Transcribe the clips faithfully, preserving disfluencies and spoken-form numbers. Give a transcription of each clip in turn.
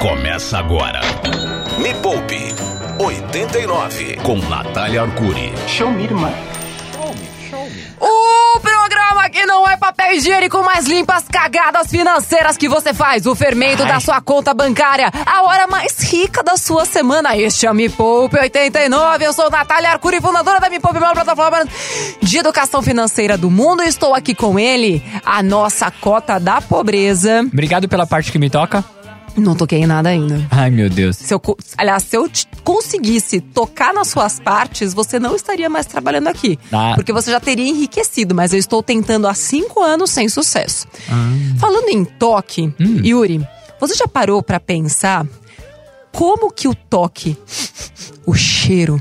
Começa agora. Me Poupe oitenta e nove com Natália Arcuri. Show me, irmã. O programa que não é papel higiênico, mas limpa as cagadas financeiras que você faz. O fermento Ai. da sua conta bancária. A hora mais rica da sua semana. Este é o Me Poupe oitenta e nove. Eu sou Natália Arcuri, fundadora da Me Poupe, maior plataforma de educação financeira do mundo. E estou aqui com ele, a nossa cota da pobreza. Obrigado pela parte que me toca. Não toquei em nada ainda. Ai, meu Deus. Se eu, aliás, se eu t- conseguisse tocar nas suas partes, você não estaria mais trabalhando aqui. Ah. Porque você já teria enriquecido, mas eu estou tentando há cinco anos sem sucesso. Ah. Falando em toque, hum. Yuri, você já parou pra pensar como que o toque, o cheiro,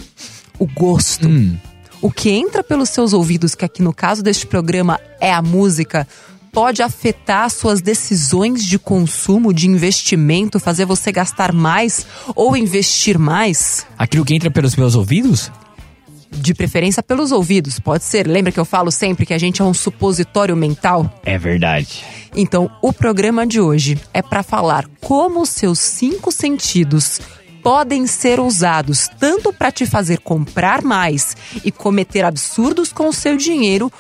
o gosto, hum. o que entra pelos seus ouvidos, que aqui no caso deste programa é a música, pode afetar suas decisões de consumo, de investimento, fazer você gastar mais ou investir mais? Aquilo que entra pelos meus ouvidos? De preferência pelos ouvidos, pode ser. Lembra que eu falo sempre que a gente é um supositório mental? É verdade. Então, o programa de hoje é para falar como os seus cinco sentidos podem ser usados tanto para te fazer comprar mais e cometer absurdos com o seu dinheiro,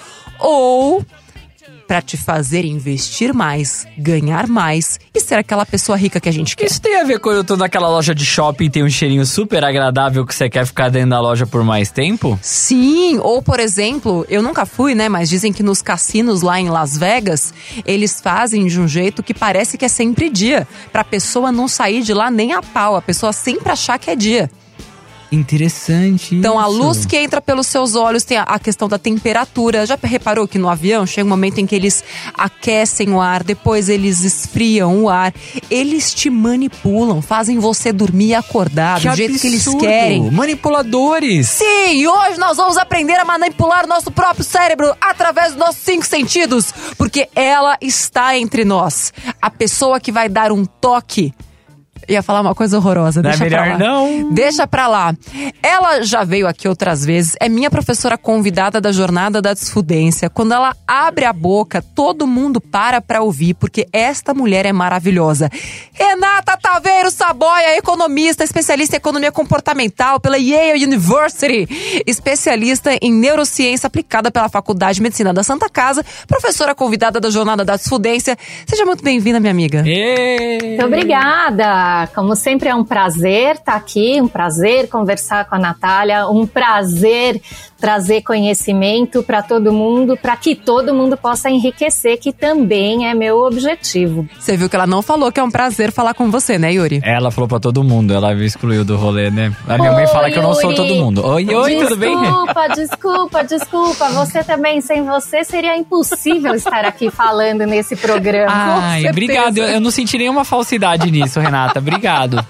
ou pra te fazer investir mais, ganhar mais e ser aquela pessoa rica que a gente quer. Isso tem a ver quando eu tô naquela loja de shopping e tem um cheirinho super agradável que você quer ficar dentro da loja por mais tempo? Sim, ou por exemplo, eu nunca fui, né, mas dizem que nos cassinos lá em Las Vegas, eles fazem de um jeito que parece que é sempre dia, pra pessoa não sair de lá nem a pau, a pessoa sempre achar que é dia. Interessante. Então isso. a luz que entra pelos seus olhos, tem a, a questão da temperatura. Já reparou que no avião chega um momento em que eles aquecem o ar, depois eles esfriam o ar, eles te manipulam, fazem você dormir e acordar que do jeito absurdo. que eles querem. Manipuladores. Sim, e hoje nós vamos aprender a manipular o nosso próprio cérebro através dos nossos cinco sentidos, porque ela está entre nós. A pessoa que vai dar um toque. Ia falar uma coisa horrorosa, não deixa é melhor pra lá. não. Deixa pra lá. Ela já veio aqui outras vezes, é minha professora convidada da Jornada da Desfudência. Quando ela abre a boca, todo mundo para pra ouvir, porque esta mulher é maravilhosa. Renata Taveiro Saboia, economista, especialista em economia comportamental pela Yale University, especialista em neurociência aplicada pela Faculdade de Medicina da Santa Casa, professora convidada da Jornada da Desfudência. Seja muito bem-vinda, minha amiga. Ei. Muito obrigada. Como sempre é um prazer estar aqui, um prazer conversar com a Natália, um prazer trazer conhecimento para todo mundo, para que todo mundo possa enriquecer, que também é meu objetivo. Você viu que ela não falou que é um prazer falar com você, né, Yuri? Ela falou pra todo mundo, ela me excluiu do rolê, né? A minha Oi, mãe fala que eu não sou Yuri. todo mundo. Oi, oi, desculpa, tudo bem? Desculpa, desculpa, desculpa. Você também, sem você seria impossível estar aqui falando nesse programa. Ai, obrigado. Eu, eu não senti nenhuma falsidade nisso, Renata. Obrigado.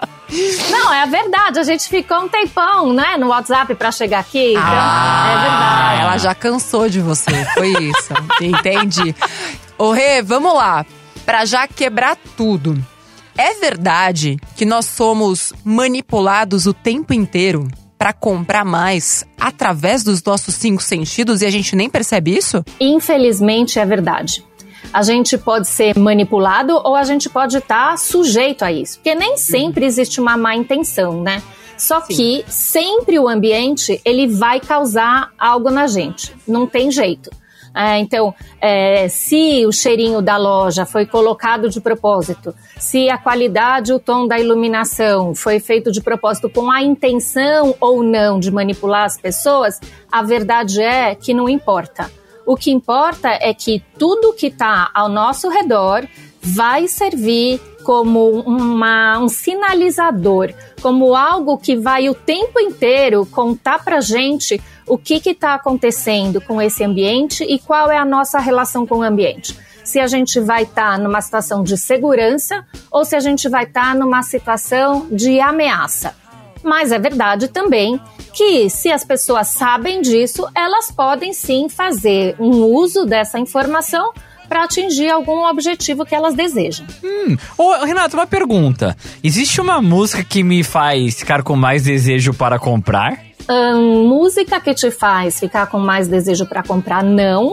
Não, é a verdade, a gente ficou um tempão, né, no WhatsApp pra chegar aqui, então ah, é verdade. Ela já cansou de você, foi isso, entendi. Ô Rê, vamos lá, pra já quebrar tudo. É verdade que nós somos manipulados o tempo inteiro pra comprar mais através dos nossos cinco sentidos e a gente nem percebe isso? Infelizmente é verdade. A gente pode ser manipulado ou a gente pode estar sujeito a isso. Porque nem sempre existe uma má intenção, né? Só Sim. que sempre o ambiente, ele vai causar algo na gente. Não tem jeito. É, então, é, se o cheirinho da loja foi colocado de propósito, se a qualidade e o tom da iluminação foi feito de propósito com a intenção ou não de manipular as pessoas, a verdade é que não importa. O que importa é que tudo que está ao nosso redor vai servir como uma, um sinalizador, como algo que vai o tempo inteiro contar pra gente o que está acontecendo com esse ambiente e qual é a nossa relação com o ambiente. Se a gente vai estar tá numa situação de segurança ou se a gente vai estar tá numa situação de ameaça. Mas é verdade também que, se as pessoas sabem disso, elas podem sim fazer um uso dessa informação para atingir algum objetivo que elas desejam. Hum. Ô, Renata, uma pergunta. Existe uma música que me faz ficar com mais desejo para comprar? Hum, música que te faz ficar com mais desejo para comprar, não.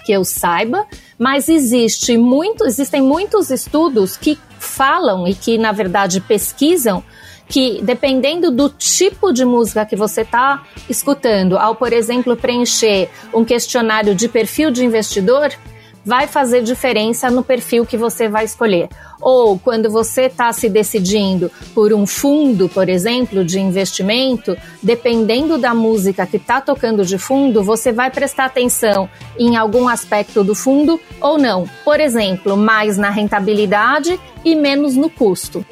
que eu saiba, mas existe muito, existem muitos estudos que falam e que, na verdade, pesquisam que, dependendo do tipo de música que você está escutando, ao, por exemplo, preencher um questionário de perfil de investidor, vai fazer diferença no perfil que você vai escolher. Ou quando você está se decidindo por um fundo, por exemplo, de investimento, dependendo da música que está tocando de fundo, você vai prestar atenção em algum aspecto do fundo ou não. Por exemplo, mais na rentabilidade e menos no custo.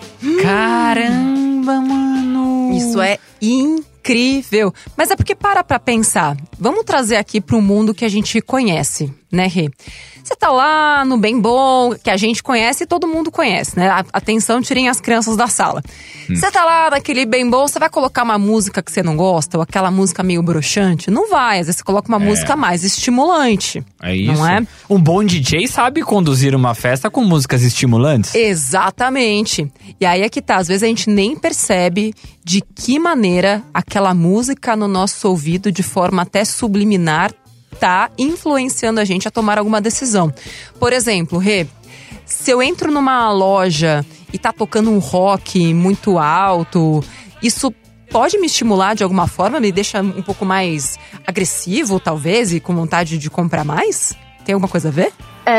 Caramba, mano! Isso é incrível! Mas é porque para pra pensar. Vamos trazer aqui para o mundo que a gente conhece, né, Rê? Você tá lá no Bem Bom, que a gente conhece e todo mundo conhece, né? Atenção, tirem as crianças da sala. Você hum. tá lá naquele Bem Bom, você vai colocar uma música que você não gosta, ou aquela música meio broxante? Não vai, às vezes você coloca uma é. música mais estimulante. É isso. Não é? Um bom D J sabe conduzir uma festa com músicas estimulantes. Exatamente. E aí é que tá, às vezes a gente nem percebe de que maneira aquela música no nosso ouvido, de forma até subliminar, tá influenciando a gente a tomar alguma decisão. Por exemplo, Rê, se eu entro numa loja e tá tocando um rock muito alto, isso pode me estimular de alguma forma? Me deixa um pouco mais agressivo, talvez, e com vontade de comprar mais? Tem alguma coisa a ver?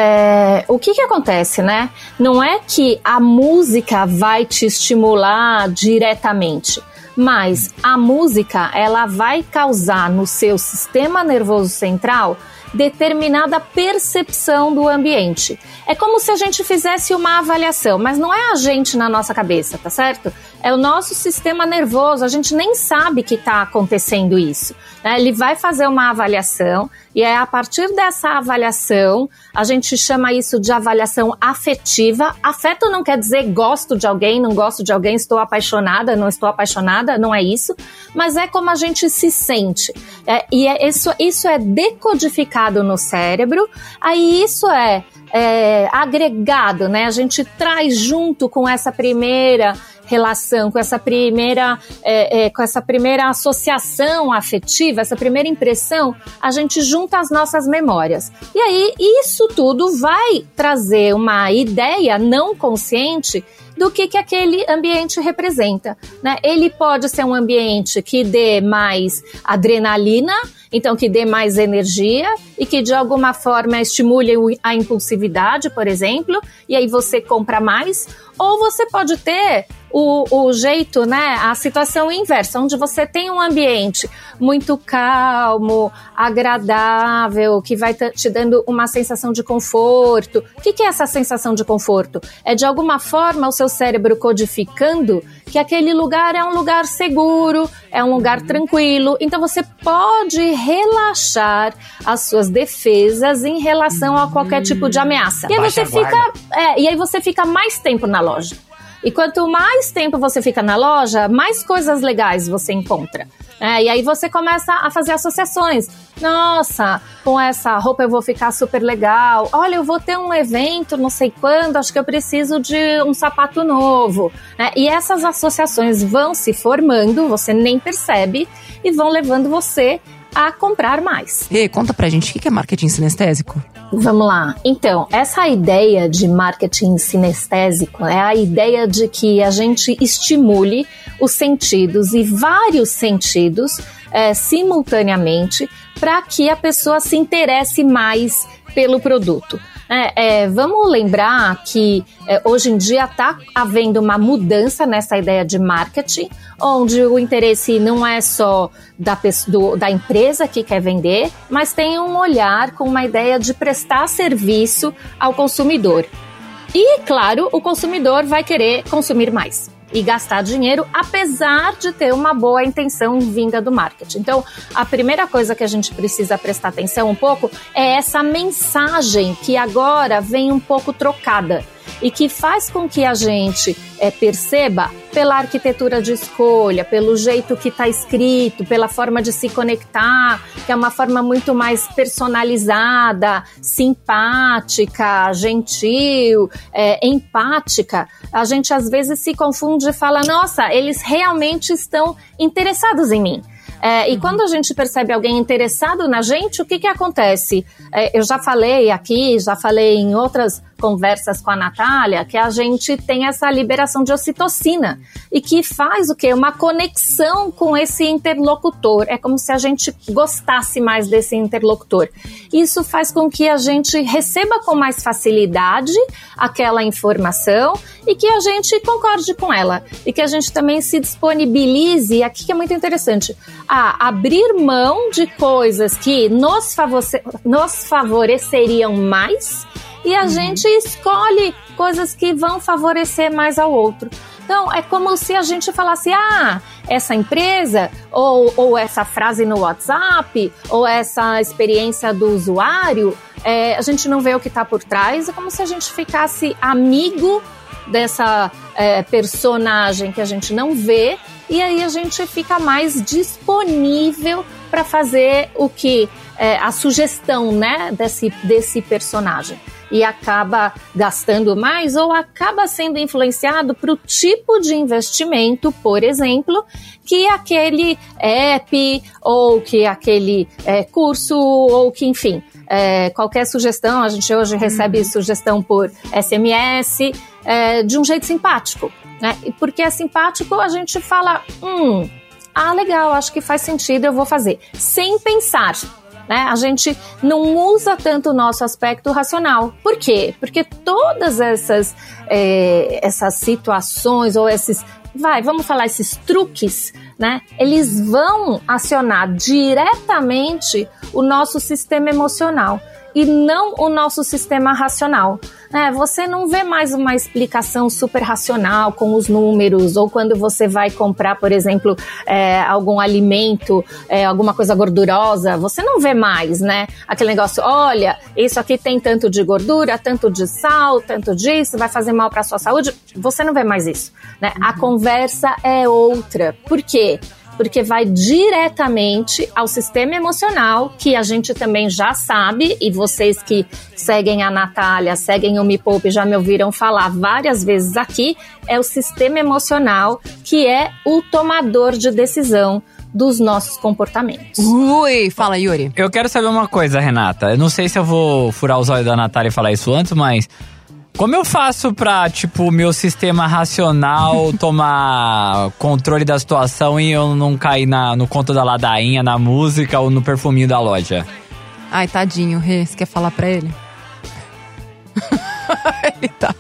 É, o que que acontece, né? Não é que a música vai te estimular diretamente, mas a música, ela vai causar no seu sistema nervoso central determinada percepção do ambiente. É como se a gente fizesse uma avaliação, mas não é a gente na nossa cabeça, tá certo? É o nosso sistema nervoso, a gente nem sabe que está acontecendo isso, né? Ele vai fazer uma avaliação e é a partir dessa avaliação, a gente chama isso de avaliação afetiva. Afeto não quer dizer gosto de alguém, não gosto de alguém, estou apaixonada, não estou apaixonada, não é isso, mas é como a gente se sente. É, e é, isso, isso é decodificado no cérebro, aí isso é, é agregado, né? A gente traz junto com essa primeira relação, com essa primeira, é, é, com essa primeira associação afetiva, essa primeira impressão, a gente junta as nossas memórias. E aí, isso tudo vai trazer uma ideia não consciente do que, que aquele ambiente representa, né? Ele pode ser um ambiente que dê mais adrenalina, então que dê mais energia e que de alguma forma estimule a impulsividade, por exemplo, e aí você compra mais. Ou você pode ter o, o jeito, né, a situação inversa, onde você tem um ambiente muito calmo, agradável, que vai te dando uma sensação de conforto. O que, que é essa sensação de conforto? É de alguma forma o seu cérebro codificando que aquele lugar é um lugar seguro, é um lugar tranquilo, então você pode relaxar as suas defesas em relação a qualquer tipo de ameaça. E aí você fica, é, e aí você fica mais tempo na loja. E quanto mais tempo você fica na loja, mais coisas legais você encontra. É, e aí você começa a fazer associações. Nossa, com essa roupa eu vou ficar super legal. Olha, eu vou ter um evento, não sei quando, acho que eu preciso de um sapato novo. É, e essas associações vão se formando, você nem percebe, e vão levando você a comprar mais. E conta pra gente, o que é marketing sinestésico? Vamos lá. Então, essa ideia de marketing sinestésico é a ideia de que a gente estimule os sentidos e vários sentidos é, simultaneamente para que a pessoa se interesse mais pelo produto. É, é, vamos lembrar que é, hoje em dia está havendo uma mudança nessa ideia de marketing, onde o interesse não é só da, do, da empresa que quer vender, mas tem um olhar com uma ideia de prestar serviço ao consumidor. E, claro, o consumidor vai querer consumir mais e gastar dinheiro, apesar de ter uma boa intenção vinda do marketing. Então, a primeira coisa que a gente precisa prestar atenção um pouco é essa mensagem que agora vem um pouco trocada e que faz com que a gente é, perceba pela arquitetura de escolha, pelo jeito que está escrito, pela forma de se conectar, que é uma forma muito mais personalizada, simpática, gentil, é, empática. A gente às vezes se confunde e fala, nossa, eles realmente estão interessados em mim. É, e quando a gente percebe alguém interessado na gente, o que que acontece? É, eu já falei aqui, já falei em outras conversas com a Natália, que a gente tem essa liberação de ocitocina e que faz o quê? Uma conexão com esse interlocutor. É como se a gente gostasse mais desse interlocutor. Isso faz com que a gente receba com mais facilidade aquela informação e que a gente concorde com ela. E que a gente também se disponibilize, aqui que é muito interessante, a abrir mão de coisas que nos, favore- nos favoreceriam mais e a uhum. gente escolhe coisas que vão favorecer mais ao outro. Então, é como se a gente falasse, ah, essa empresa, ou, ou essa frase no WhatsApp, ou essa experiência do usuário, é, a gente não vê o que está por trás, é como se a gente ficasse amigo dessa é, personagem que a gente não vê, e aí a gente fica mais disponível para fazer o que, é, a sugestão, né, desse, desse personagem. E acaba gastando mais ou acaba sendo influenciado para o tipo de investimento, por exemplo, que aquele app ou que aquele é, curso ou que, enfim, é, qualquer sugestão. A gente hoje recebe uhum. sugestão por S M S é, de um jeito simpático, né? E porque é simpático, a gente fala, hum, ah, legal, acho que faz sentido, eu vou fazer, sem pensar. Né? A gente não usa tanto o nosso aspecto racional. Por quê? Porque todas essas, é, essas situações ou esses, vai, vamos falar, esses truques, né? Eles vão acionar diretamente o nosso sistema emocional e não o nosso sistema racional. É, você não vê mais uma explicação super racional com os números, ou quando você vai comprar, por exemplo, é, algum alimento, é, alguma coisa gordurosa, você não vê mais, né? Aquele negócio, olha, isso aqui tem tanto de gordura, tanto de sal, tanto disso, vai fazer mal para a sua saúde. Você não vê mais isso, né? A conversa é outra. Por quê? Porque vai diretamente ao sistema emocional, que a gente também já sabe, e vocês que seguem a Natália, seguem o Me Poupe, já me ouviram falar várias vezes aqui, é o sistema emocional que é o tomador de decisão dos nossos comportamentos. Ui, fala, Yuri. Eu quero saber uma coisa, Renata. Eu não sei se eu vou furar os olhos da Natália e falar isso antes, mas como eu faço pra, tipo, meu sistema racional tomar controle da situação e eu não cair na, no conto da ladainha, na música ou no perfuminho da loja? Ai, tadinho, Rê, você quer falar pra ele? Ele tá...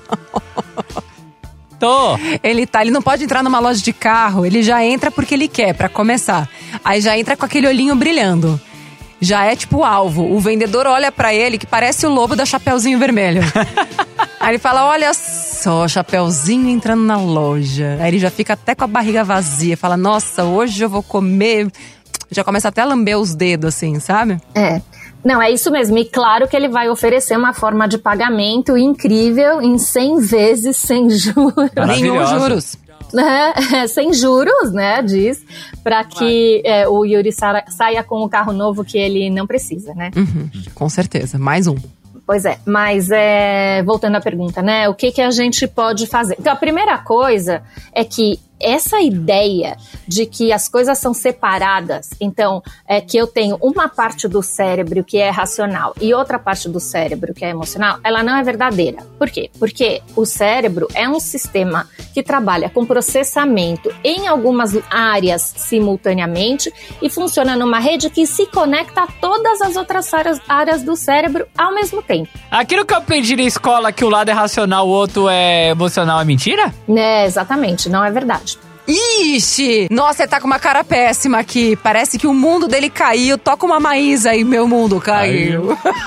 Tô. Ele tá, ele não pode entrar numa loja de carro, ele já entra porque ele quer, pra começar. Aí já entra com aquele olhinho brilhando. Já é tipo o alvo. O vendedor olha pra ele que parece o lobo da Chapeuzinho Vermelho. Aí ele fala, olha só, Chapeuzinho entrando na loja. Aí ele já fica até com a barriga vazia. Fala, nossa, hoje eu vou comer. Já começa até a lamber os dedos, assim, sabe? É. Não, é isso mesmo. E claro que ele vai oferecer uma forma de pagamento incrível em cem vezes sem juros. Nenhum juros. É, sem juros, né, diz, para que é, o Yuri sa- saia com o carro novo que ele não precisa, né? Uhum, com certeza, mais um. Pois é, mas é, voltando à pergunta, né, o que, que a gente pode fazer? Então, a primeira coisa é que essa ideia de que as coisas são separadas, então, é que eu tenho uma parte do cérebro que é racional e outra parte do cérebro que é emocional, ela não é verdadeira. Por quê? Porque o cérebro é um sistema que trabalha com processamento em algumas áreas simultaneamente e funciona numa rede que se conecta a todas as outras áreas, áreas do cérebro ao mesmo tempo. Aquilo que eu aprendi na escola, que o lado é racional, o outro é emocional, é mentira? É, exatamente, não é verdade. Ixi! Nossa, você tá com uma cara péssima aqui. Parece que o mundo dele caiu. Toca uma Maísa e meu mundo caiu.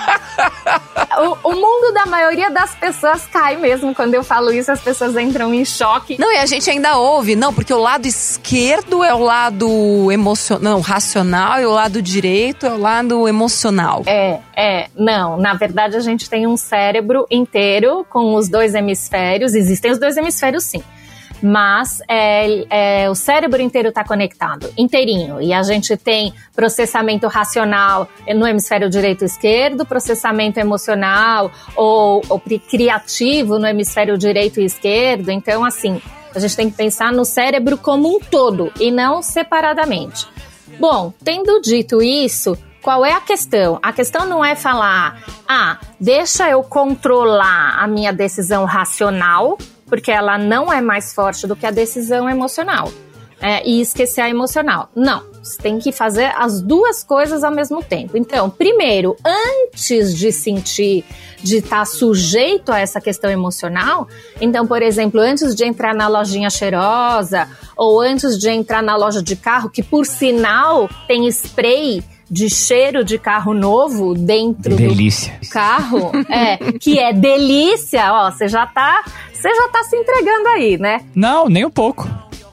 o, o mundo da maioria das pessoas cai mesmo. Quando eu falo isso, as pessoas entram em choque. Não, e a gente ainda ouve. Não, porque o lado esquerdo é o lado emocional, não, racional, e o lado direito é o lado emocional. É, é. Não, na verdade a gente tem um cérebro inteiro com os dois hemisférios. Existem os dois hemisférios, sim. Mas é, é, o cérebro inteiro está conectado, inteirinho. E a gente tem processamento racional no hemisfério direito e esquerdo, processamento emocional ou, ou criativo no hemisfério direito e esquerdo. Então, assim, a gente tem que pensar no cérebro como um todo e não separadamente. Bom, tendo dito isso, qual é a questão? A questão não é falar, ah, deixa eu controlar a minha decisão racional, porque ela não é mais forte do que a decisão emocional. É, e esquecer a emocional. Não, você tem que fazer as duas coisas ao mesmo tempo. Então, primeiro, antes de sentir, de estar sujeito a essa questão emocional, então, por exemplo, antes de entrar na lojinha cheirosa, ou antes de entrar na loja de carro, que por sinal tem spray de cheiro de carro novo dentro delícia. do carro, é, que é delícia, ó, você já tá, você já tá se entregando aí, né? Não, nem um pouco.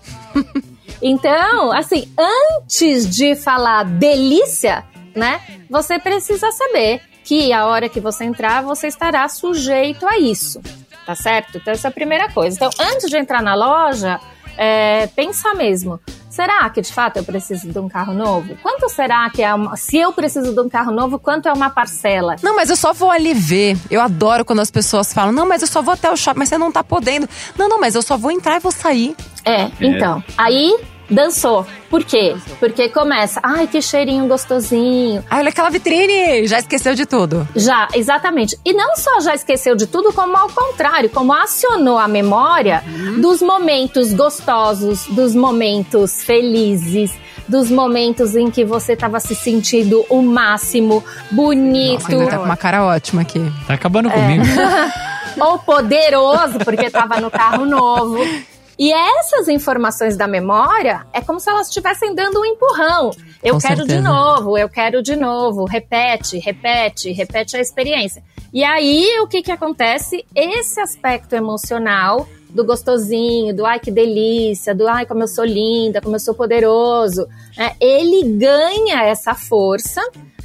Então, assim, antes de falar delícia, né, você precisa saber que a hora que você entrar, você estará sujeito a isso, tá certo? Então, essa é a primeira coisa. Então, antes de entrar na loja, é, pensa mesmo, será que de fato eu preciso de um carro novo? Quanto será que é uma... Se eu preciso de um carro novo, quanto é uma parcela? Não, mas eu só vou ali ver. Eu adoro quando as pessoas falam, não, mas eu só vou até o shopping, mas você não tá podendo. Não, não, mas eu só vou entrar e vou sair. É, então, aí dançou. Por quê? Porque começa, ai, que cheirinho gostosinho. Ai, olha aquela vitrine, já esqueceu de tudo. Já, exatamente. E não só já esqueceu de tudo, como ao contrário, como acionou a memória uhum. dos momentos gostosos, dos momentos felizes, dos momentos em que você estava se sentindo o máximo, bonito. Nossa, ainda tá com uma cara ótima aqui. Tá acabando é. comigo. Ou poderoso, porque tava no carro novo. E essas informações da memória é como se elas estivessem dando um empurrão. Eu Com quero certeza. de novo, eu quero de novo. Repete, repete, repete a experiência. E aí, o que que acontece? Esse aspecto emocional do gostosinho, do ai que delícia, do ai como eu sou linda, como eu sou poderoso, né? Ele ganha essa força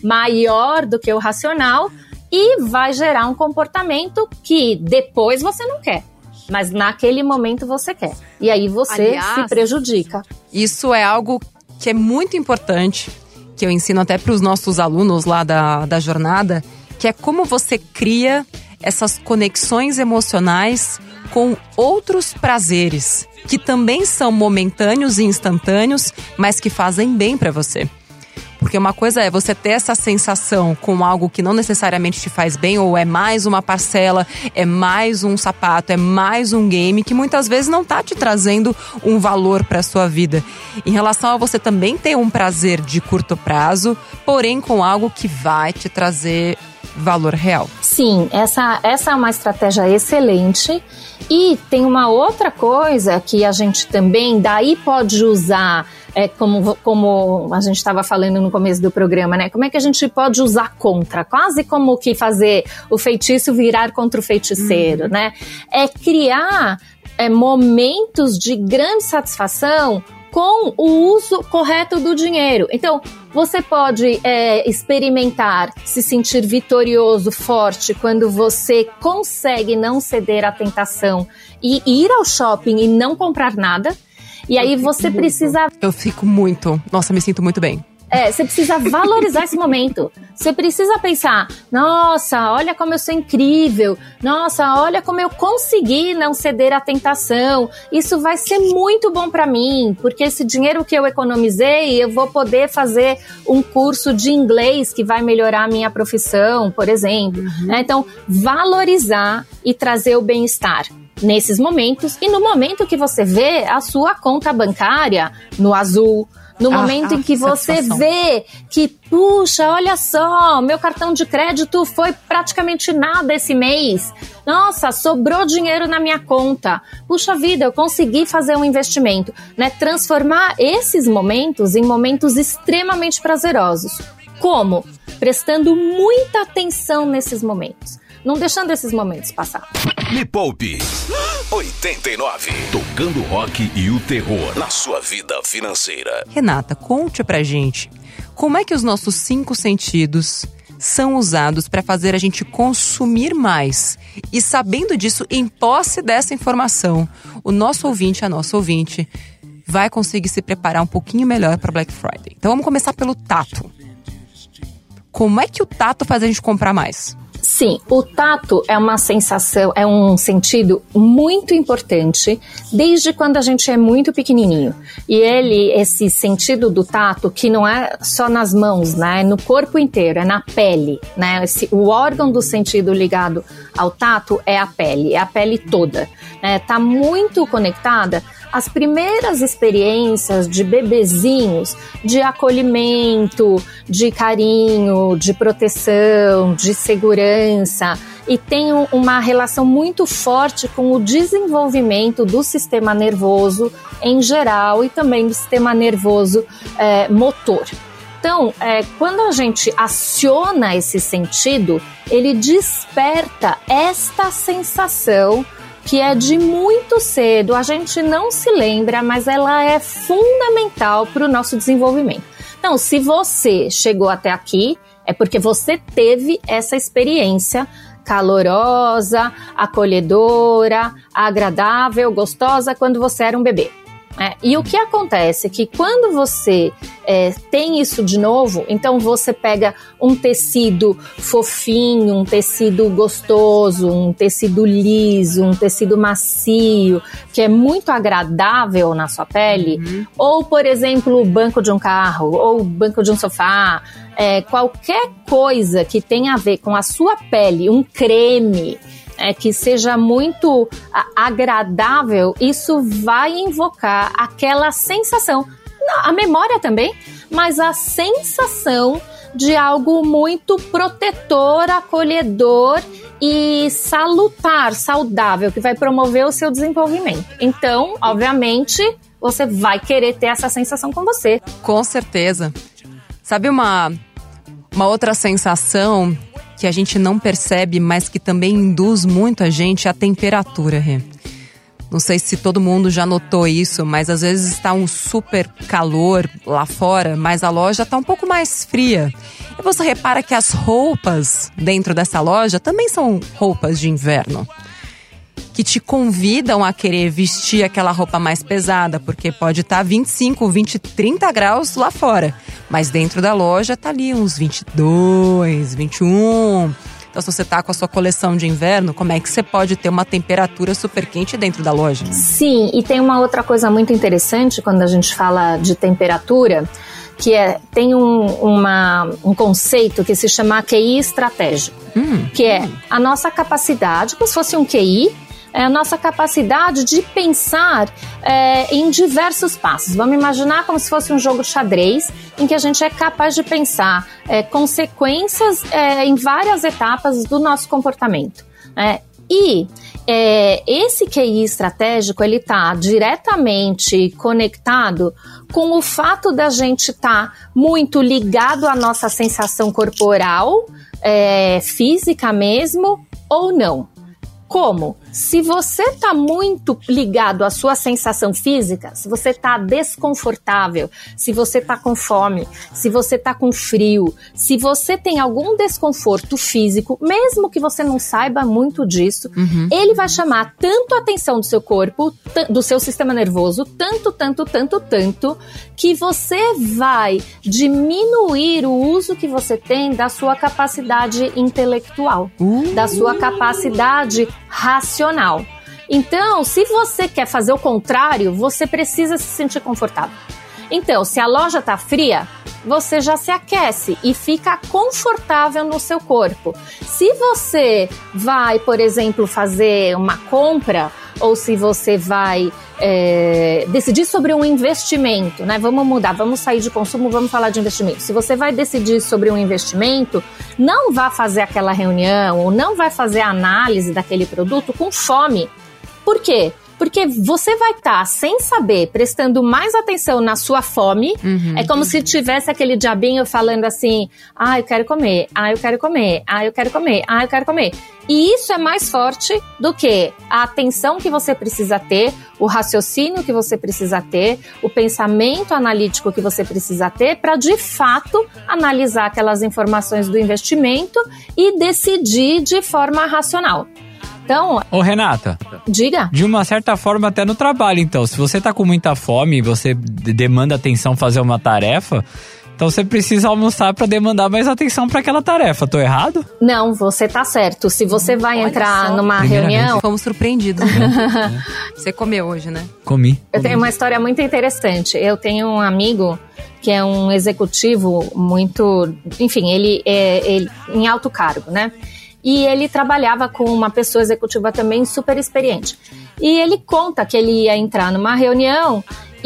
maior do que o racional e vai gerar um comportamento que depois você não quer. Mas naquele momento você quer. E aí você Aliás, se prejudica. Isso é algo que é muito importante, que eu ensino até para os nossos alunos lá da, da jornada, que é como você cria essas conexões emocionais com outros prazeres, que também são momentâneos e instantâneos, mas que fazem bem para você. Porque uma coisa é você ter essa sensação com algo que não necessariamente te faz bem, ou é mais uma parcela, é mais um sapato, é mais um game, que muitas vezes não tá te trazendo um valor para sua vida. Em relação a você também ter um prazer de curto prazo, porém com algo que vai te trazer valor real. Sim, essa, essa é uma estratégia excelente. E tem uma outra coisa que a gente também daí pode usar, é, como, como a gente estava falando no começo do programa, né? Como é que a gente pode usar contra? Quase como que fazer o feitiço virar contra o feiticeiro, uhum. né? É criar é, momentos de grande satisfação com o uso correto do dinheiro. Então, você pode é, experimentar, se sentir vitorioso, forte, quando você consegue não ceder à tentação e ir ao shopping e não comprar nada. E aí você precisa... Eu fico muito... Nossa, me sinto muito bem. É, você precisa valorizar esse momento. Você precisa pensar, nossa, olha como eu sou incrível. Nossa, olha como eu consegui não ceder à tentação. Isso vai ser muito bom pra mim, porque esse dinheiro que eu economizei, eu vou poder fazer um curso de inglês que vai melhorar a minha profissão, por exemplo. Uhum. Então, valorizar e trazer o bem-estar nesses momentos. E no momento que você vê a sua conta bancária no azul, no ah, momento ah, em que você satisfação. Vê que, puxa, olha só, meu cartão de crédito foi praticamente nada esse mês. Nossa, sobrou dinheiro na minha conta. Puxa vida, eu consegui fazer um investimento, né? Transformar esses momentos em momentos extremamente prazerosos. Como? Prestando muita atenção nesses momentos. Não deixando esses momentos passar. Me Poupe oitenta e nove. Tocando rock e o terror na sua vida financeira. Renata, conte pra gente como é que os nossos cinco sentidos são usados para fazer a gente consumir mais. E sabendo disso, em posse dessa informação, o nosso ouvinte, a nossa ouvinte, vai conseguir se preparar um pouquinho melhor para Black Friday. Então vamos começar pelo tato. Como é que o tato faz a gente comprar mais? Sim, o tato é uma sensação, é um sentido muito importante desde quando a gente é muito pequenininho. E ele, esse sentido do tato, que não é só nas mãos, né, é no corpo inteiro, é na pele, né? Esse, o órgão do sentido ligado ao tato é a pele, é a pele toda, né? Tá muito conectada às primeiras experiências de bebezinhos, de acolhimento, de carinho, de proteção, de segurança, e tem uma relação muito forte com o desenvolvimento do sistema nervoso em geral e também do sistema nervoso é, motor. Então, é, quando a gente aciona esse sentido, ele desperta esta sensação que é de muito cedo, a gente não se lembra, mas ela é fundamental para o nosso desenvolvimento. Então, se você chegou até aqui, é porque você teve essa experiência calorosa, acolhedora, agradável, gostosa, quando você era um bebê. É, e o que acontece é que quando você é, tem isso de novo, então você pega um tecido fofinho, um tecido gostoso, um tecido liso, um tecido macio, que é muito agradável na sua pele, uhum. ou, por exemplo, o banco de um carro, ou o banco de um sofá, é, qualquer coisa que tenha a ver com a sua pele, um creme, É, que seja muito a, agradável, isso vai invocar aquela sensação, a memória também, mas a sensação de algo muito protetor, acolhedor e salutar, saudável, que vai promover o seu desenvolvimento. Então, obviamente, você vai querer ter essa sensação com você. Com certeza. Sabe uma, uma outra sensação que a gente não percebe, mas que também induz muito a gente, é a temperatura, Rê. Não sei se todo mundo já notou isso, mas às vezes está um super calor lá fora, mas a loja está um pouco mais fria. E você repara que as roupas dentro dessa loja também são roupas de inverno, que te convidam a querer vestir aquela roupa mais pesada, porque pode estar vinte e cinco, vinte, trinta graus lá fora, mas dentro da loja tá ali uns vinte e dois, vinte e um. Então, se você tá com a sua coleção de inverno, como é que você pode ter uma temperatura super quente dentro da loja? Sim, e tem uma outra coisa muito interessante quando a gente fala de temperatura, que é, tem um, uma, um conceito que se chama Q I estratégico, hum, que é a nossa capacidade, como se fosse um Q I, é a nossa capacidade de pensar é, em diversos passos. Vamos imaginar como se fosse um jogo xadrez, em que a gente é capaz de pensar é, consequências é, em várias etapas do nosso comportamento. É, e é, esse Q I estratégico, ele está diretamente conectado com o fato da gente estar tá muito ligado à nossa sensação corporal, é, física mesmo, ou não. Como? Se você está muito ligado à sua sensação física, se você está desconfortável, se você está com fome, se você está com frio, se você tem algum desconforto físico, mesmo que você não saiba muito disso, uhum. ele vai chamar tanto a atenção do seu corpo, t- do seu sistema nervoso, tanto, tanto, tanto, tanto, que você vai diminuir o uso que você tem da sua capacidade intelectual, uh. da sua capacidade racional. Então, se você quer fazer o contrário, você precisa se sentir confortável. Então, se a loja tá fria, você já se aquece e fica confortável no seu corpo. Se você vai, por exemplo, fazer uma compra, ou se você vai é, decidir sobre um investimento, né? Vamos mudar, vamos sair de consumo, vamos falar de investimento. Se você vai decidir sobre um investimento, não vá fazer aquela reunião ou não vai fazer a análise daquele produto com fome. Por quê? Porque você vai estar, tá, sem saber, prestando mais atenção na sua fome. Uhum. É como se tivesse aquele diabinho falando assim, ah, eu quero comer, ah, eu quero comer, ah, eu quero comer, ah, eu quero comer. E isso é mais forte do que a atenção que você precisa ter, o raciocínio que você precisa ter, o pensamento analítico que você precisa ter para, de fato, analisar aquelas informações do investimento e decidir de forma racional. Então, ô Renata, diga. De uma certa forma até no trabalho, então, se você tá com muita fome e você demanda atenção fazer uma tarefa, Então você precisa almoçar pra demandar mais atenção pra aquela tarefa. Tô errado? Não, você tá certo. Se você vai Olha entrar só. numa Primeira reunião... vez. Fomos surpreendidos. Né? Você comeu hoje, né? Comi. Eu tenho uma história muito interessante. Eu tenho um amigo que é um executivo muito... Enfim, ele é ele, em alto cargo, né? E ele trabalhava com uma pessoa executiva também super experiente. E ele conta que ele ia entrar numa reunião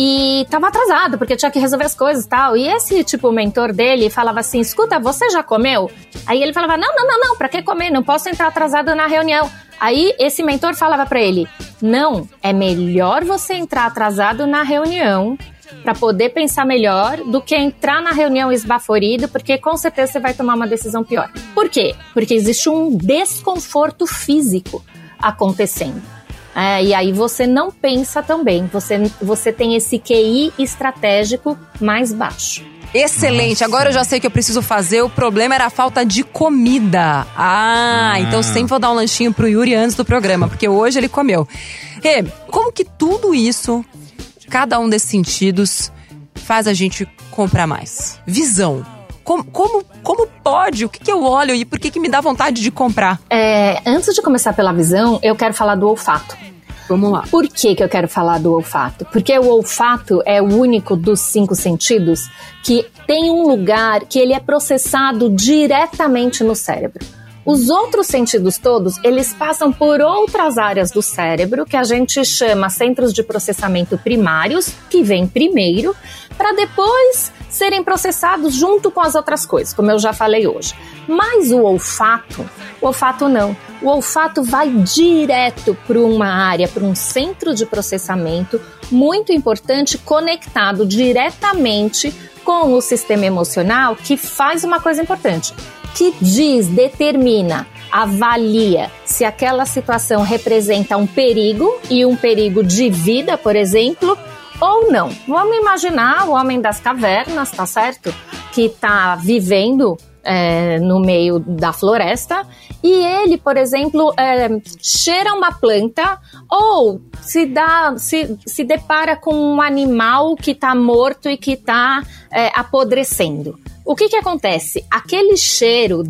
e tava atrasado, porque tinha que resolver as coisas e tal. E esse, tipo, o mentor dele falava assim, escuta, você já comeu? Aí ele falava, não, não, não, não, pra que comer? Não posso entrar atrasado na reunião. Aí esse mentor falava pra ele, não, é melhor você entrar atrasado na reunião para poder pensar melhor do que entrar na reunião esbaforido, porque com certeza você vai tomar uma decisão pior. Por quê? Porque existe um desconforto físico acontecendo. É, e aí você não pensa tão bem, você, você tem esse Q I estratégico mais baixo. Excelente, Nossa. Agora eu já sei o que eu preciso fazer. O problema era a falta de comida. Ah, Ah. então sempre vou dar um lanchinho pro Yuri antes do programa, porque hoje ele comeu. Rê, como que tudo isso, cada um desses sentidos, faz a gente comprar mais? Visão. Como, como, como pode? O que, que eu olho e por que, que me dá vontade de comprar? É, antes de começar pela visão, eu quero falar do olfato. Vamos lá. Por que que eu quero falar do olfato? Porque o olfato é o único dos cinco sentidos que tem um lugar que ele é processado diretamente no cérebro. Os outros sentidos todos, eles passam por outras áreas do cérebro, que a gente chama centros de processamento primários, que vem primeiro, para depois serem processados junto com as outras coisas, como eu já falei hoje. Mas o olfato, o olfato não. O olfato vai direto para uma área, para um centro de processamento muito importante, conectado diretamente com o sistema emocional, que faz uma coisa importante, que diz, determina, avalia se aquela situação representa um perigo, e um perigo de vida, por exemplo, ou não. Vamos imaginar o homem das cavernas, tá certo? Que tá vivendo é, no meio da floresta e ele, por exemplo, é, cheira uma planta ou se, dá, se, se depara com um animal que tá morto e que tá é, apodrecendo. O que que acontece? Aquele cheiro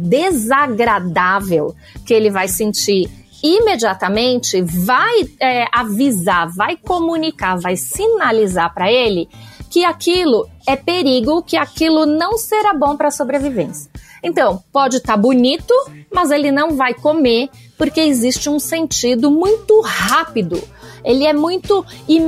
desagradável que ele vai sentir imediatamente vai é, avisar, vai comunicar, vai sinalizar para ele que aquilo é perigo, que aquilo não será bom para a sobrevivência. Então, pode estar bonito, mas ele não vai comer porque existe um sentido muito rápido, ele é muito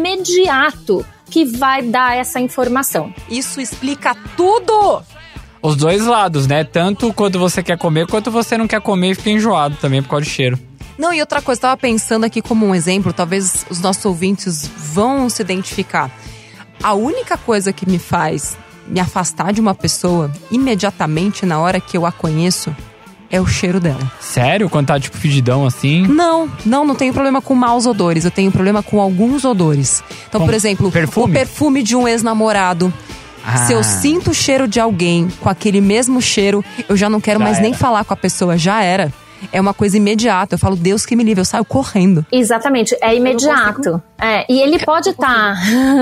imediato que vai dar essa informação. Isso explica tudo! Os dois lados, né? Tanto quando você quer comer, quanto você não quer comer e fica enjoado também por causa do cheiro. Não, e outra coisa, eu tava pensando aqui como um exemplo, talvez os nossos ouvintes vão se identificar. A única coisa que me faz me afastar de uma pessoa imediatamente na hora que eu a conheço é o cheiro dela. Sério? Quando tá tipo fedidão assim? Não, não, não tenho problema com maus odores, eu tenho problema com alguns odores. Então, Com por exemplo, perfume? o perfume de um ex-namorado. Ah. Se eu sinto o cheiro de alguém com aquele mesmo cheiro, eu já não quero Já mais era. nem falar com a pessoa, já era. É uma coisa imediata, eu falo, Deus que me livre, eu saio correndo. Exatamente, é imediato. É, e ele pode estar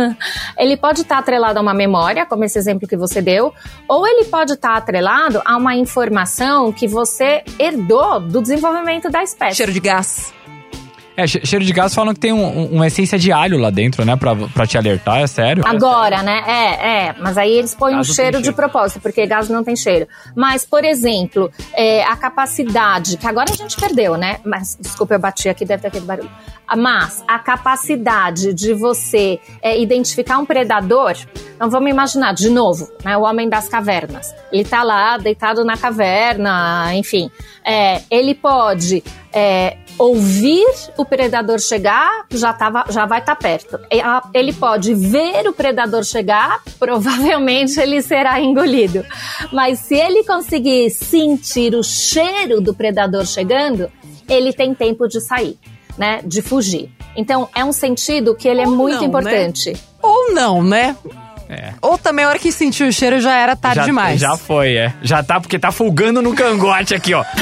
ele pode estar atrelado a uma memória, como esse exemplo que você deu, ou ele pode estar atrelado a uma informação que você herdou do desenvolvimento da espécie. Cheiro de gás. É, che- cheiro de gás falam que tem um, um- uma essência de alho lá dentro, né? Pra, pra te alertar, é sério? Agora, né? É, é. Mas aí eles põem um Gás não tem cheiro de cheiro. propósito, porque gás não tem cheiro. Mas, por exemplo, é, a capacidade, que agora a gente perdeu, né? Mas, desculpa, eu bati aqui, deve ter aquele barulho. Mas a capacidade de você é, identificar um predador, então vamos imaginar, de novo, né? O homem das cavernas. Ele tá lá, deitado na caverna, enfim. É, ele pode... É, ouvir o predador chegar, já, tava, já vai estar perto. Ele pode ver o predador chegar, provavelmente ele será engolido. Mas se ele conseguir sentir o cheiro do predador chegando, ele tem tempo de sair, né? De fugir. Então, é um sentido que ele é Ou muito não, importante. Ou não, né? É. Ou também a hora que sentiu o cheiro já era tarde já, demais. Já foi, é. Já tá, porque tá folgando no cangote aqui, ó.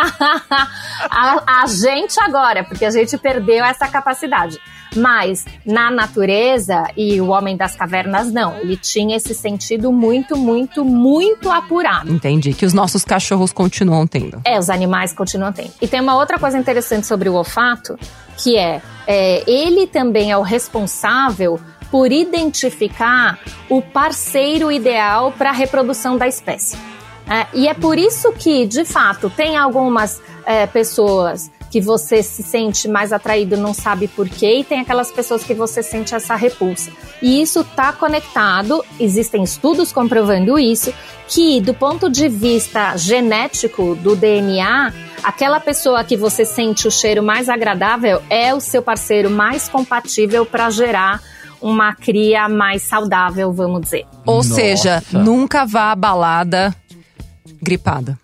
a, a gente agora, porque a gente perdeu essa capacidade. Mas na natureza, e o homem das cavernas não, ele tinha esse sentido muito, muito, muito apurado. Entendi, que os nossos cachorros continuam tendo. É, os animais continuam tendo. E tem uma outra coisa interessante sobre o olfato, que é, é ele também é o responsável por identificar o parceiro ideal para a reprodução da espécie. É, e é por isso que, de fato, tem algumas é, pessoas que você se sente mais atraído, não sabe por quê, e tem aquelas pessoas que você sente essa repulsa. E isso está conectado, existem estudos comprovando isso, que do ponto de vista genético do D N A, aquela pessoa que você sente o cheiro mais agradável é o seu parceiro mais compatível para gerar uma cria mais saudável, vamos dizer. Ou Nossa. seja, nunca vá à balada gripada.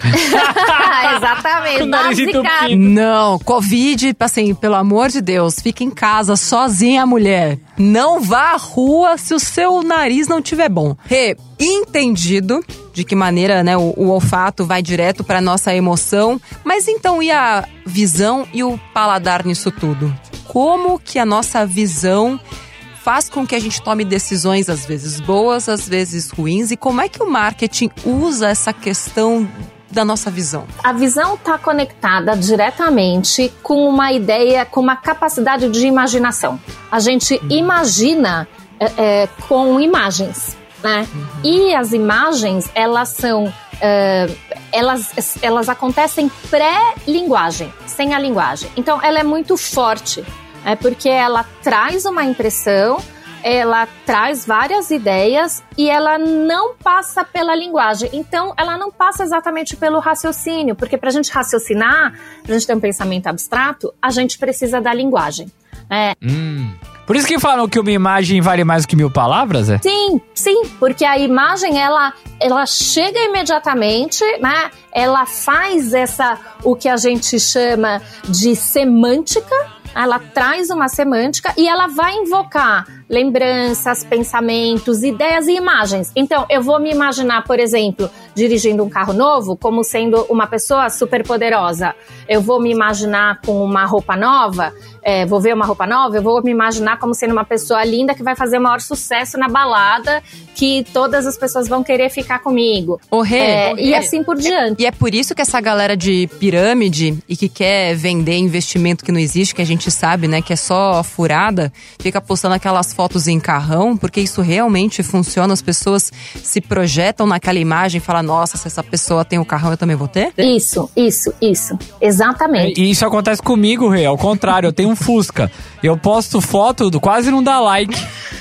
Exatamente. Com o nariz entupido. Não, Covid, assim, pelo amor de Deus, fica em casa sozinha, mulher. Não vá à rua se o seu nariz não tiver bom. Rê, entendido de que maneira, né, o, o olfato vai direto para nossa emoção, mas então e a visão e o paladar nisso tudo? Como que a nossa visão faz com que a gente tome decisões às vezes boas, às vezes ruins, e como é que o marketing usa essa questão da nossa visão? A visão está conectada diretamente com uma ideia, com uma capacidade de imaginação. A gente uhum. imagina é, é, com imagens, né? Uhum. E as imagens, elas são, é, elas, elas acontecem pré-linguagem, sem a linguagem. Então, ela é muito forte, é porque ela traz uma impressão, ela traz várias ideias e ela não passa pela linguagem. Então, ela não passa exatamente pelo raciocínio, porque para a gente raciocinar, para a gente ter um pensamento abstrato, a gente precisa da linguagem. É. Hum. Por isso que falam que uma imagem vale mais do que mil palavras, é? Sim, sim, porque a imagem, ela, ela chega imediatamente, né? Ela faz essa, o que a gente chama de semântica. Ela traz uma semântica e ela vai invocar lembranças, pensamentos, ideias e imagens. Então, eu vou me imaginar, por exemplo, dirigindo um carro novo como sendo uma pessoa super poderosa. Eu vou me imaginar com uma roupa nova, é, vou ver uma roupa nova, eu vou me imaginar como sendo uma pessoa linda que vai fazer o maior sucesso na balada, que todas as pessoas vão querer ficar comigo. O Rê, é, o Rê. E assim por diante. E é por isso que essa galera de pirâmide e que quer vender investimento que não existe, que a gente sabe, né, que é só furada, fica postando aquelas fotos em carrão, porque isso realmente funciona, as pessoas se projetam naquela imagem e falam, nossa, se essa pessoa tem o carrão, eu também vou ter? Isso, isso, isso. Exatamente. E isso acontece comigo, Rê, ao contrário, eu tenho um Fusca. Eu posto foto, do quase não dá like.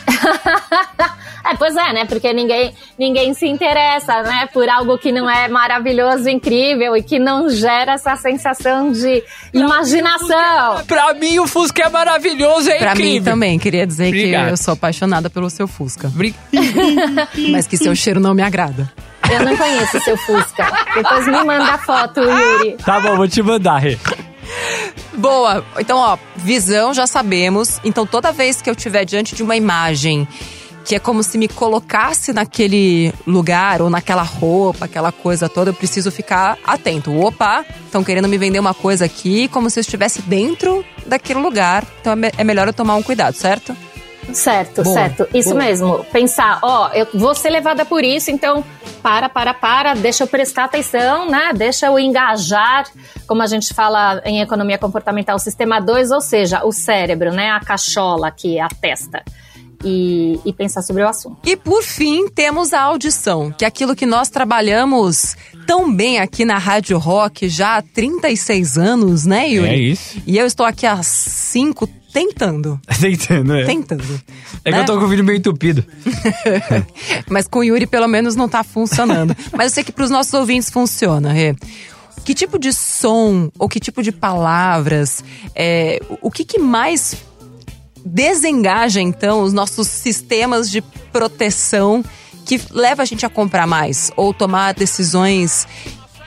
É, pois é, né? Porque ninguém, ninguém se interessa, né? Por algo que não é maravilhoso, incrível e que não gera essa sensação de imaginação. Pra mim, o Fusca é maravilhoso, é pra incrível. Pra mim também, queria dizer Obrigado. Que eu sou apaixonada pelo seu Fusca. Mas que seu cheiro não me agrada. Eu não conheço o seu Fusca. Depois me manda a foto, Yuri. Tá bom, vou te mandar, Rê. Boa, então ó, visão já sabemos. Então toda vez que eu estiver diante de uma imagem que é como se me colocasse naquele lugar ou naquela roupa, aquela coisa toda, eu preciso ficar atento. Opa, estão querendo me vender uma coisa aqui como se eu estivesse dentro daquele lugar. Então é, me- é melhor eu tomar um cuidado, certo? Certo, Boa, certo. Isso boa. mesmo. Pensar, ó, eu vou ser levada por isso, então para, para, para, deixa eu prestar atenção, né? Deixa eu engajar, como a gente fala em economia comportamental, sistema dois, ou seja, o cérebro, né? A cachola aqui, a testa. E, e pensar sobre o assunto. E por fim, temos a audição, que é aquilo que nós trabalhamos tão bem aqui na Rádio Rock já há trinta e seis anos, né, Yuri? É isso. E eu estou aqui há cinco tentando. Tentando, é. Tentando. É né? que eu tô com o ouvido meio entupido. Mas com o Yuri, pelo menos, não tá funcionando. Mas eu sei que pros nossos ouvintes funciona, Rê. Que tipo de som ou que tipo de palavras, é, o que, que mais desengaja, então, os nossos sistemas de proteção que leva a gente a comprar mais ou tomar decisões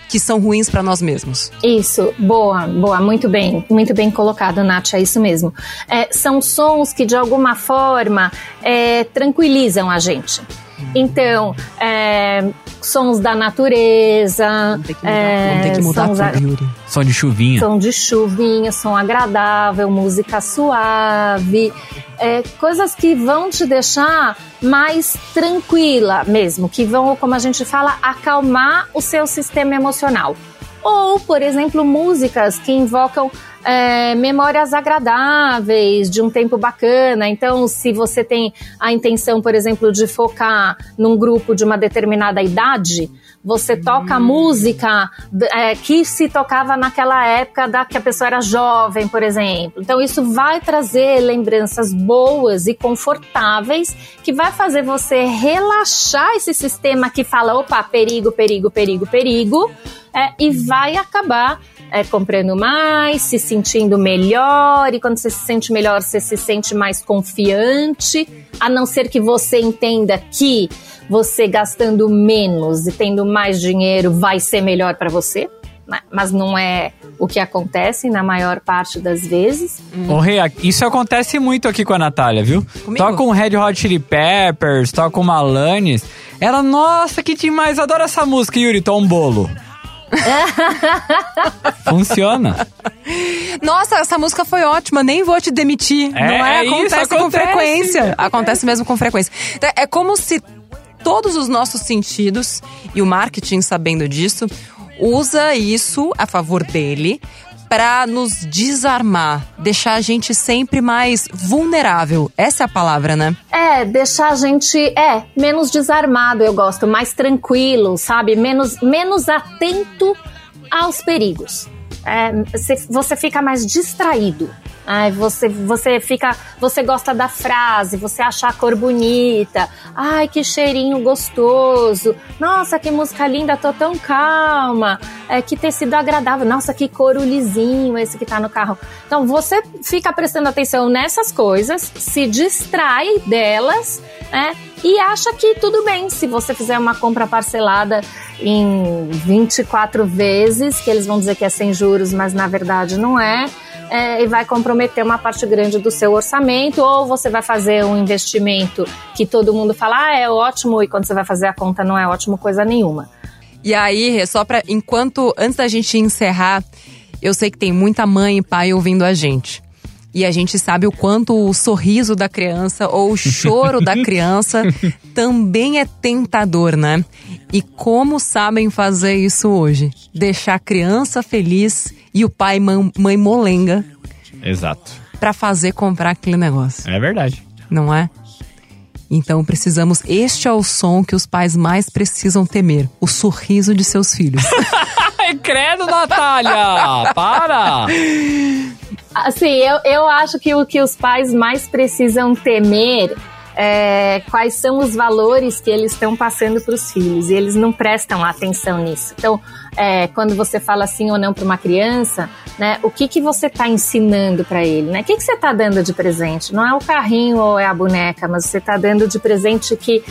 que são ruins para nós mesmos. Isso, boa, boa, muito bem, muito bem colocado, Nath, é isso mesmo. É, são sons que de alguma forma é, tranquilizam a gente. Então, é, sons da natureza. Vamos ter que mudar, é, vamos ter que mudar sons tudo, Yuri. Som de chuvinha. Som de chuvinha, som agradável, música suave. É, coisas que vão te deixar mais tranquila mesmo, que vão, como a gente fala, acalmar o seu sistema emocional. Ou, por exemplo, músicas que invocam é, memórias agradáveis de um tempo bacana. Então, se você tem a intenção, por exemplo, de focar num grupo de uma determinada idade, você toca hum. música é, que se tocava naquela época da que a pessoa era jovem, por exemplo. Então, isso vai trazer lembranças boas e confortáveis, que vai fazer você relaxar esse sistema que fala, opa, perigo, perigo, perigo, perigo, é, e vai acabar é, comprando mais, se sentindo melhor, e quando você se sente melhor, você se sente mais confiante, a não ser que você entenda que você gastando menos e tendo mais dinheiro vai ser melhor para você, né? Mas não é o que acontece na maior parte das vezes. Ô, Rê, isso acontece muito aqui com a Natália, viu? Comigo? Toca um Red Hot Chili Peppers, toca uma Alanis. Ela, nossa, que demais, adoro essa música, Yuri, toma um bolo. Funciona. Nossa, essa música foi ótima, nem vou te demitir. É, não é? é Acontece, isso, com acontece, frequência. acontece. Acontece mesmo com frequência. Então, é como se todos os nossos sentidos, e o marketing sabendo disso, usa isso a favor dele para nos desarmar, deixar a gente sempre mais vulnerável. Essa é a palavra, né? É, deixar a gente, é, menos desarmado, eu gosto, mais tranquilo, sabe? Menos, menos atento aos perigos. É, você fica mais distraído. Ai, você, você fica, você gosta da frase, você acha a cor bonita, ai, que cheirinho gostoso, nossa, que música linda, tô tão calma, é, que tecido agradável, nossa, que couro lisinho esse que tá no carro. Então você fica prestando atenção nessas coisas, se distrai delas, né, e acha que tudo bem se você fizer uma compra parcelada em vinte e quatro vezes, que eles vão dizer que é sem juros, mas na verdade não é. É, e vai comprometer uma parte grande do seu orçamento, ou você vai fazer um investimento que todo mundo fala, ah, é ótimo, e quando você vai fazer a conta não é ótimo coisa nenhuma. E aí, só pra, enquanto, antes da gente encerrar, eu sei que tem muita mãe e pai ouvindo a gente. E a gente sabe o quanto o sorriso da criança ou o choro da criança também é tentador, né? E como sabem fazer isso hoje? Deixar a criança feliz e o pai mãe, mãe molenga. Exato. Pra fazer comprar aquele negócio. É verdade. Não é? Então precisamos, este é o som que os pais mais precisam temer, o sorriso de seus filhos. Credo, Natália! Para! Assim, eu, eu acho que o que os pais mais precisam temer é quais são os valores que eles estão passando para os filhos, e eles não prestam atenção nisso. Então, é, quando você fala sim ou não para uma criança, né, o que, que você está ensinando para ele? Né? O que, que você está dando de presente? Não é o carrinho ou é a boneca, mas você está dando de presente que,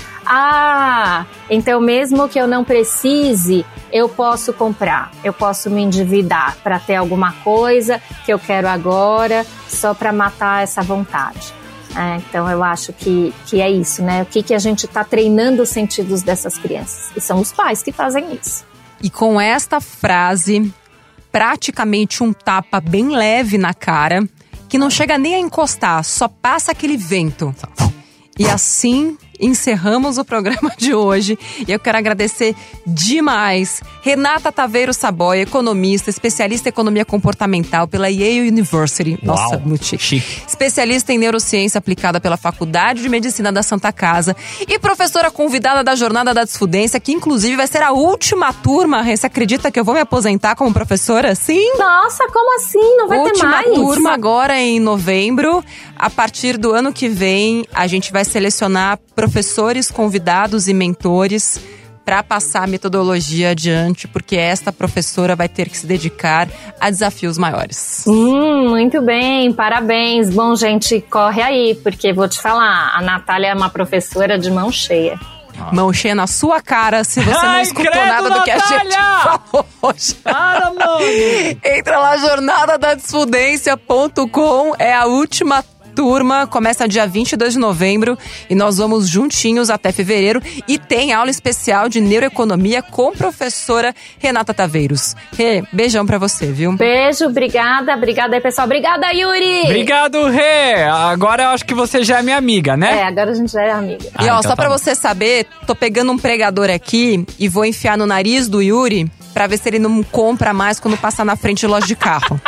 ah, então mesmo que eu não precise, eu posso comprar, eu posso me endividar para ter alguma coisa que eu quero agora, só para matar essa vontade. É, então eu acho que, que é isso, né? O que, que a gente está treinando os sentidos dessas crianças. E são os pais que fazem isso. E com esta frase, praticamente um tapa bem leve na cara, que não chega nem a encostar, só passa aquele vento. E assim encerramos o programa de hoje. E eu quero agradecer demais Renata Taveiro Saboia, economista, especialista em economia comportamental pela Yale University. Nossa, Uau, muito chique. chique. Especialista em neurociência aplicada pela Faculdade de Medicina da Santa Casa e professora convidada da Jornada da Desfudência, que inclusive vai ser a última turma. Você acredita que eu vou me aposentar como professora? Sim! Nossa, como assim? Não vai Última ter mais? turma agora em novembro. A partir do ano que vem, a gente vai selecionar professores, convidados e mentores para passar a metodologia adiante, porque esta professora vai ter que se dedicar a desafios maiores. Hum, muito bem, parabéns. Bom, gente, corre aí, porque vou te falar, a Natália é uma professora de mão cheia. Ah. Mão cheia na sua cara se você Ai, não escutou credo, nada do Natália! Que a gente falou hoje. Para, mano! Entra lá, jornada da desfudência ponto com. É a última turma, começa dia vinte e dois de novembro e nós vamos juntinhos até fevereiro e tem aula especial de neuroeconomia com professora Renata Taveiros. Rê, beijão pra você, viu? Beijo, obrigada, obrigada aí, pessoal. Obrigada, Yuri! Obrigado, Rê! Agora eu acho que você já é minha amiga, né? É, agora a gente já é amiga. Ah, e ó, então só tá pra bom. Você saber, tô pegando um pregador aqui e vou enfiar no nariz do Yuri pra ver se ele não compra mais quando passar na frente de loja de carro.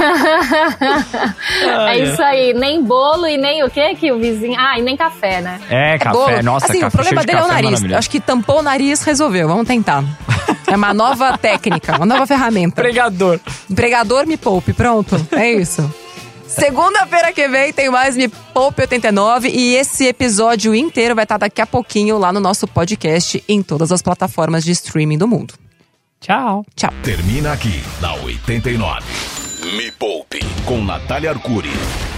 É isso aí, nem bolo e nem o quê que o vizinho... Ah, e nem café, né? É, café, bolo. Nossa, assim, café. O problema dele é o nariz. Acho que tampou o nariz, resolveu. Vamos tentar. É uma nova técnica, uma nova ferramenta. Pregador. Pregador me poupe, pronto. É isso. Segunda-feira que vem tem mais Me Poupe oitenta e nove e esse episódio inteiro vai estar daqui a pouquinho lá no nosso podcast em todas as plataformas de streaming do mundo. Tchau. Tchau. Termina aqui, na oitenta e nove. Me Poupe, com Natália Arcuri.